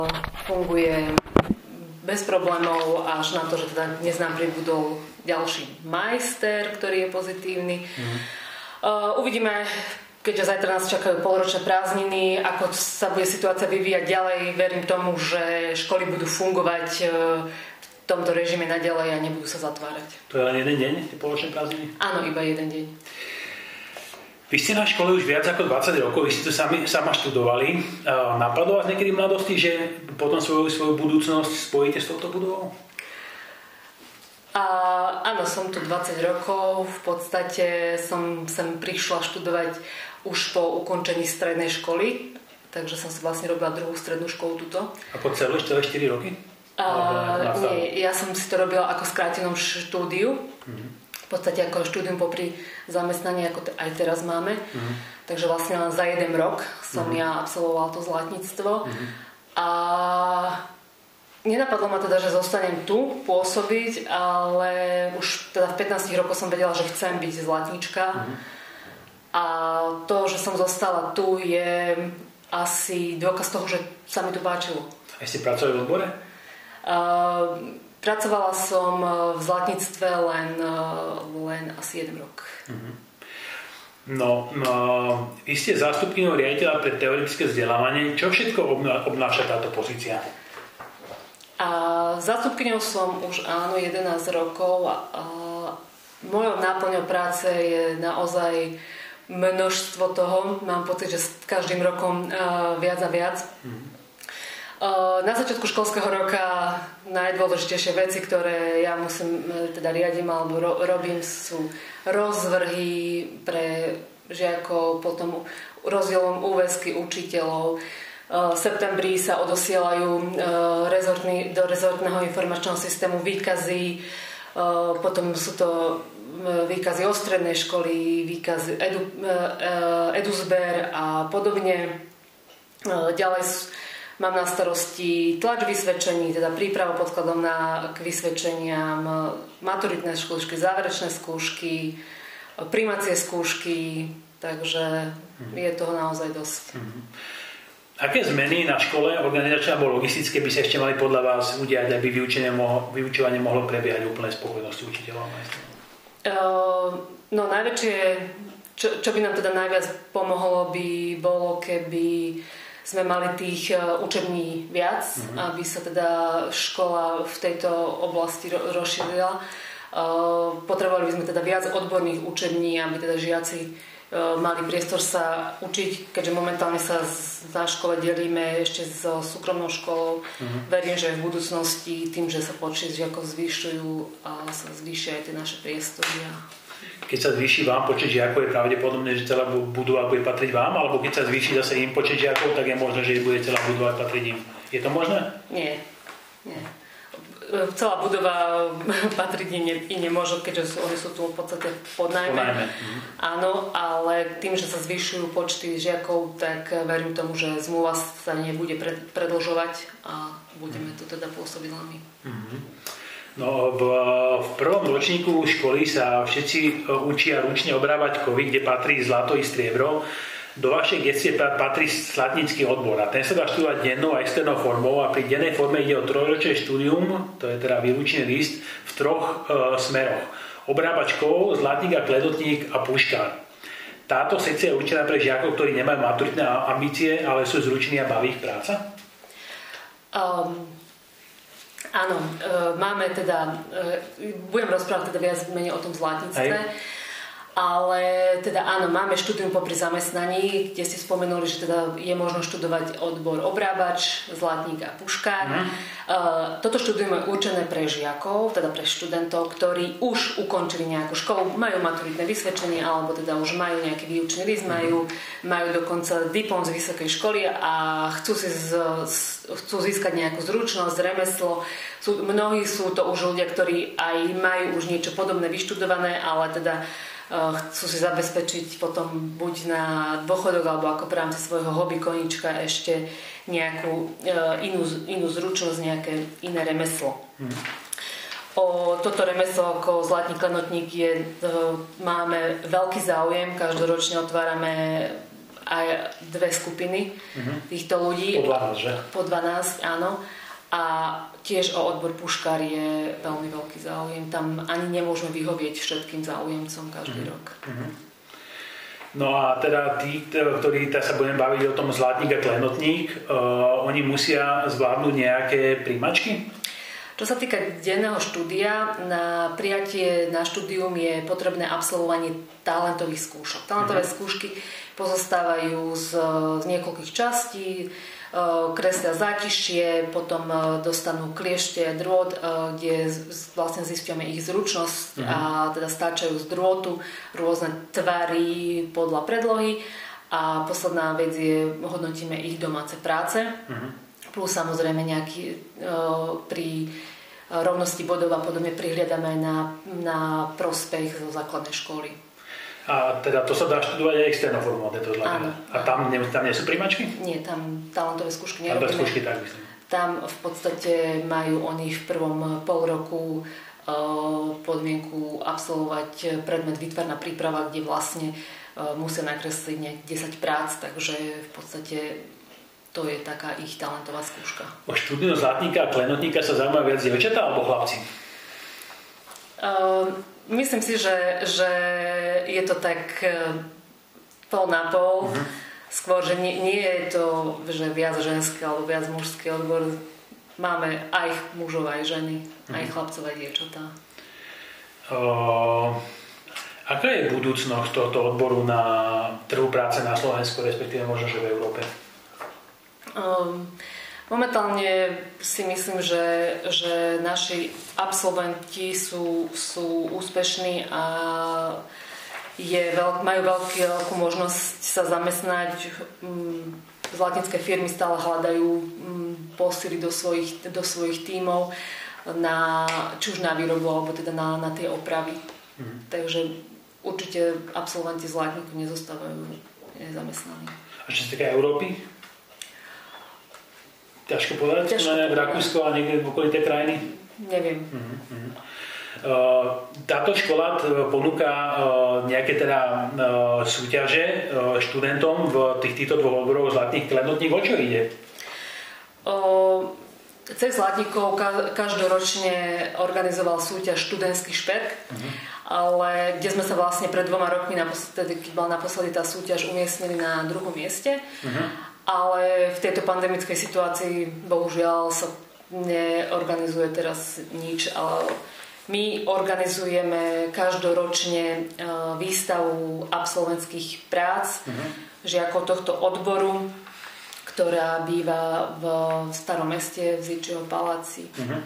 Funguje bez problémov až na to, že teda dnes nám pribudol ďalší majster, ktorý je pozitívny. Uvidíme, keďže zajtra nás čakajú polročné prázdniny, ako sa bude situácia vyvíjať ďalej. Verím tomu, že školy budú fungovať v tomto režime naďalej a nebudú sa zatvárať. To je len jeden deň, tie polročné prázdniny? Áno, iba jeden deň. Vy ste na škole už viac ako 20 rokov, vy ste to sama študovali. Napadlo vás niekedy v mladosti, že potom svoju budúcnosť spojíte s touto budovou? Áno, som tu 20 rokov. V podstate som sem prišla študovať už po ukončení strednej školy. Takže som si vlastne robila druhú strednú školu tuto. A po celé 4 roky? Nie, ja som si to robila ako skrátenom štúdiu. V podstate ako štúdium popri zamestnaní, ako aj teraz máme. Takže vlastne len za 1 rok som ja absolvovala to zlatníctvo. A nenapadlo ma teda, že zostanem tu pôsobiť, ale už teda v 15 rokoch som vedela, že chcem byť zlatníčka. A to, že som zostala tu, je asi dôkaz toho, že sa mi tu páčilo. A ste pracovali v odbore? Pracovala som v zlatníctve len asi 1 rok. No, vy ste zástupkyňou riaditeľa pre teoretické vzdelávanie. Čo všetko obnáša táto pozícia? Zástupkyňou som už 11 rokov. Mojou náplňou práce je naozaj množstvo toho. Mám pocit, že s každým rokom viac a viac. Na začiatku školského roka najdôležitejšie veci, ktoré ja musím teda riadím alebo robím, sú rozvrhy pre žiakov, potom rozdielom úväzky učiteľov. V septembri sa odosielajú do rezortného informačného systému výkazy, potom sú to výkazy o strednej školy, výkazy eduzber a podobne. Ďalej mám na starosti tlač vysvedčení, teda prípravu podkladom k vysvedčeniam, maturitné skúšky, záverečné skúšky, prijímacie skúšky, takže je toho naozaj dosť. Aké zmeny na škole, organizačné alebo logistické, by sa ešte mali podľa vás udiať, aby vyučovanie mohlo prebiehať úplne spokojnosti učiteľov a majstrov? No najväčšie, čo by nám teda najviac pomohlo, by bolo, keby sme mali tých učební viac, aby sa teda škola v tejto oblasti rozšírila. Potrebovali by sme teda viac odborných učební, aby teda žiaci mali priestor sa učiť, keďže momentálne sa na škole delíme ešte so súkromnou školou. Verím, že v budúcnosti tým, že sa počet žiakov zvyšujú, a sa zvýšia aj tie naše priestory. Keď sa zvýši vám počet žiakov, je pravdepodobné, že celá budova bude patriť vám, alebo keď sa zvýši zase im počet žiakov, tak je možné, že bude celá budova patriť im. Je to možné? Nie. Celá budova patriť im nemôže, keďže oni sú tu v podstate pod nájme. Áno, ale tým, že sa zvyšujú počty žiakov, tak verím tomu, že zmluva sa nebude predĺžovať a budeme tu teda pôsobiť len my. No, v prvom ročníku školy sa všetci učia ručne obrábať kovy, kde patrí zlato i striebro. Do vašej gestie patrí zlatnícky odbor a ten sa dá študovať dennou a externou formou a pri dennej forme ide o trojročné štúdium, to je teda výlučný list, v 3 smeroch. Obrábač kovov, zlatník a kledotník a puškár. Táto sekcia je určená pre žiakov, ktorí nemajú maturitné ambície, ale sú zruční a baví ich práca? Áno, máme teda, budem rozprávať teda viac menej o tom zlatníctve. Ale teda áno, máme štúdium popri zamestnaní, kde ste spomenuli, že teda je možno študovať odbor obrábač, zlatník a puškár. Toto štúdium je určené pre žiakov, teda pre študentov, ktorí už ukončili nejakú školu, majú maturitné vysvedčenie alebo teda už majú nejaký výučný list, majú dokonca diplom z vysokej školy a chcú získať nejakú zručnosť, remeslo. Mnohí sú to už ľudia, ktorí aj majú už niečo podobné vyštudované, ale teda chcú si zabezpečiť potom buď na dôchodok alebo ako v rámci svojho hobby koníčka ešte nejakú inú zručnosť, nejaké iné remeslo. O toto remeslo ako zlatník, klenotník máme veľký záujem, každoročne otvárame aj dve skupiny týchto ľudí. Po 12, že? Po 12, áno. A tiež o odbor puškár je veľmi veľký záujem. Tam ani nemôžeme vyhovieť všetkým záujemcom každý rok. No a teda tí, ktorí sa budeme baviť o tom zlatník a klenotník, oni musia zvládnuť nejaké príjmačky? Čo sa týka denného štúdia, na prijatie na štúdium je potrebné absolvovanie talentových skúšok. Talentové skúšky pozostávajú z niekoľkých častí, kreslia zátišie, potom dostanú kliešte a drôt, kde vlastne zistíme ich zručnosť a teda stáčajú z drôtu rôzne tvary podľa predlohy a posledná vec je, hodnotíme ich domáce práce plus samozrejme nejaký pri rovnosti bodov a podobne prihliadame na prospech zo základnej školy. A teda to sa dá študovať aj externou formou, tento zlatník. A tam nie sú príjmačky? Nie, tam talentové skúšky nerobíme. Talentové skúšky, tak myslím. Tam v podstate majú oni v prvom pol roku podmienku absolvovať predmet výtvarná príprava, kde vlastne musia nakresliť nejak 10 prác, takže v podstate to je taká ich talentová skúška. O štúdiu zlatníka a klenotníka sa zaujímajú viac dievčatá alebo chlapci? Myslím si, že je to tak pol na pol. Skôr, že nie je to že viac ženské alebo viac mužský odbor. Máme aj mužov, aj ženy, aj chlapcov, aj dievčatá. Aká je budúcnosť tohto odboru na trhu práce na Slovensku, respektíve možno, že v Európe? Momentálne si myslím, že naši absolventi sú úspešní a majú veľkú možnosť sa zamestnať. Zlatnícke firmy stále hľadajú posily do svojich tímov či už na výrobu alebo teda na tie opravy. Takže určite absolventi zlatníku nezostávajú nezamestnaní. A čo sa týka Európy? Ťažko povedať, v Rakúsku a niekde v okolité krajiny? Neviem. Táto škola ponúka nejaké teda súťaže študentom v týchto dvoch odboroch zlatných klenotník. O čo ide? Cez zlatníkov každoročne organizoval súťaž študentský šperk, ale kde sme sa vlastne pred 2 rokmi, keď bola naposledy tá súťaž, umiestnili na 2. mieste. Ale v tejto pandemickej situácii bohužiaľ sa neorganizuje teraz nič, ale my organizujeme každoročne výstavu absolventských prác žiakov tohto odboru, ktorá býva v Starom meste v Zíčeho paláci.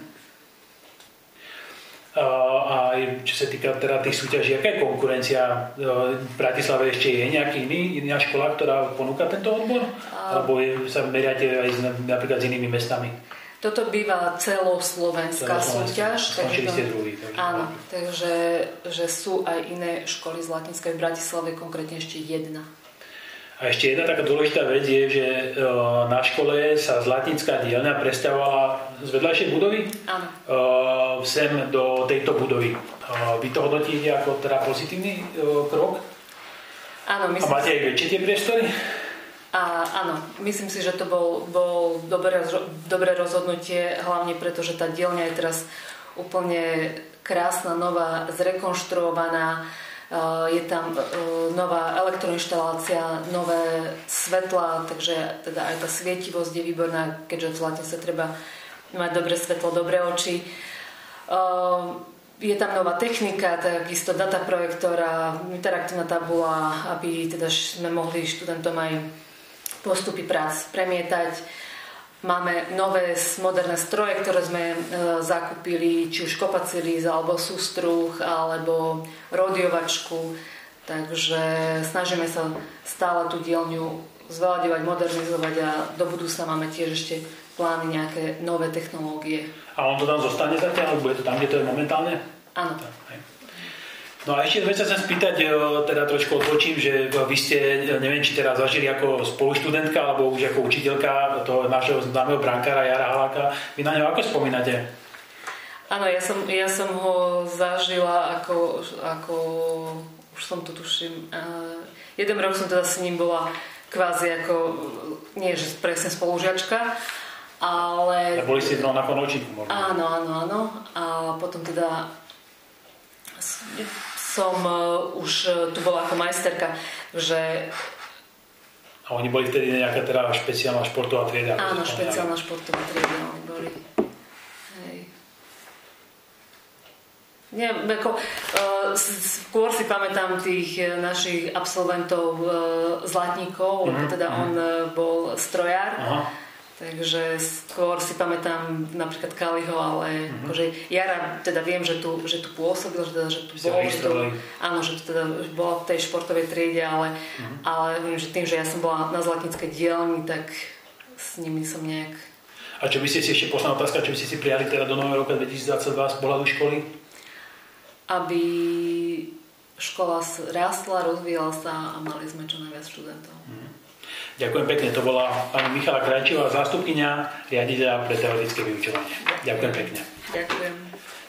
A čo sa týka teda tých súťaží, aká je konkurencia? V Bratislave ešte je iná škola, ktorá ponúka tento odbor? Alebo sa meriate aj napríklad s inými mestami? Toto býva celoslovenská súťaž. Skončili ste druhý. Áno, takže že sú aj iné školy zlatnícke v Bratislave, konkrétne ešte jedna. A ešte jedna taká dôležitá vec je, že na škole sa zlatnícka dielňa presťahovala z vedľajšej budovy sem do tejto budovy. Vy to hodnotíte ako teda pozitívny krok? Áno, myslím. A máte aj väčšie tie priestory? Áno, myslím si, že to bol dobré rozhodnutie, hlavne preto, že tá dielňa je teraz úplne krásna, nová, zrekonštruovaná. Je tam nová elektroinštalácia, nové svetlá, takže teda aj tá svietivosť je výborná, keďže v Zlatnice treba mať dobré svetlo, dobré oči. Je tam nová technika, takisto dataprojektor a interaktívna tabula, aby teda sme mohli študentom aj postupy prác premietať. Máme nové moderné stroje, ktoré sme zakúpili, či už kopacilíz, alebo sústruh, alebo rodiovačku. Takže snažíme sa stále tú dielňu zveľaďovať, modernizovať a do budúcna máme tiež ešte plány nejaké nové technológie. A on to tam zostane zatiaľ, alebo je to tam, kde to je momentálne? Áno. No a ešte sa chcem spýtať, teda trošku odbočím, že vy ste, neviem, či teraz zažili ako spoluštudentka alebo už ako učiteľka toho našeho známeho brankára Jara Haláka. Vy na ňo ako spomínate? Áno, ja som ho zažila ako už som to tuším. Jeden rok som teda s ním bola kvázi ako, nie že presne spolužiačka, ale... A boli ste na ročníku možno. Áno. A potom teda som už tu bola ako majsterka, že... A oni boli vtedy nejaká teda špeciálna športová trieda? Áno, špeciálna športová trieda oni boli. Hej. Neviem, ako, skôr si pamätám tých našich absolventov zlatníkov, lebo teda on bol strojár. Aha. Takže skôr si pamätám napríklad Kaliho, ale akože Jara teda viem, že tu pôsobil, že tu bol, že tu teda bola v tej športovej triede, ale viem, že tým, že ja som bola na zlatníckej dielni, tak s nimi som nejak... A čo by ste si ešte, posledná otázka, čo by ste si prijali teda do nového roka 2022 z pohľadu školy? Aby škola rástla, rozvíjala sa a mali sme čo najviac študentov. Ďakujem pekne. To bola pani Michala Krajčová, zástupkyňa riaditeľa pre teoretické vyučovanie. Ďakujem pekne. Ďakujem.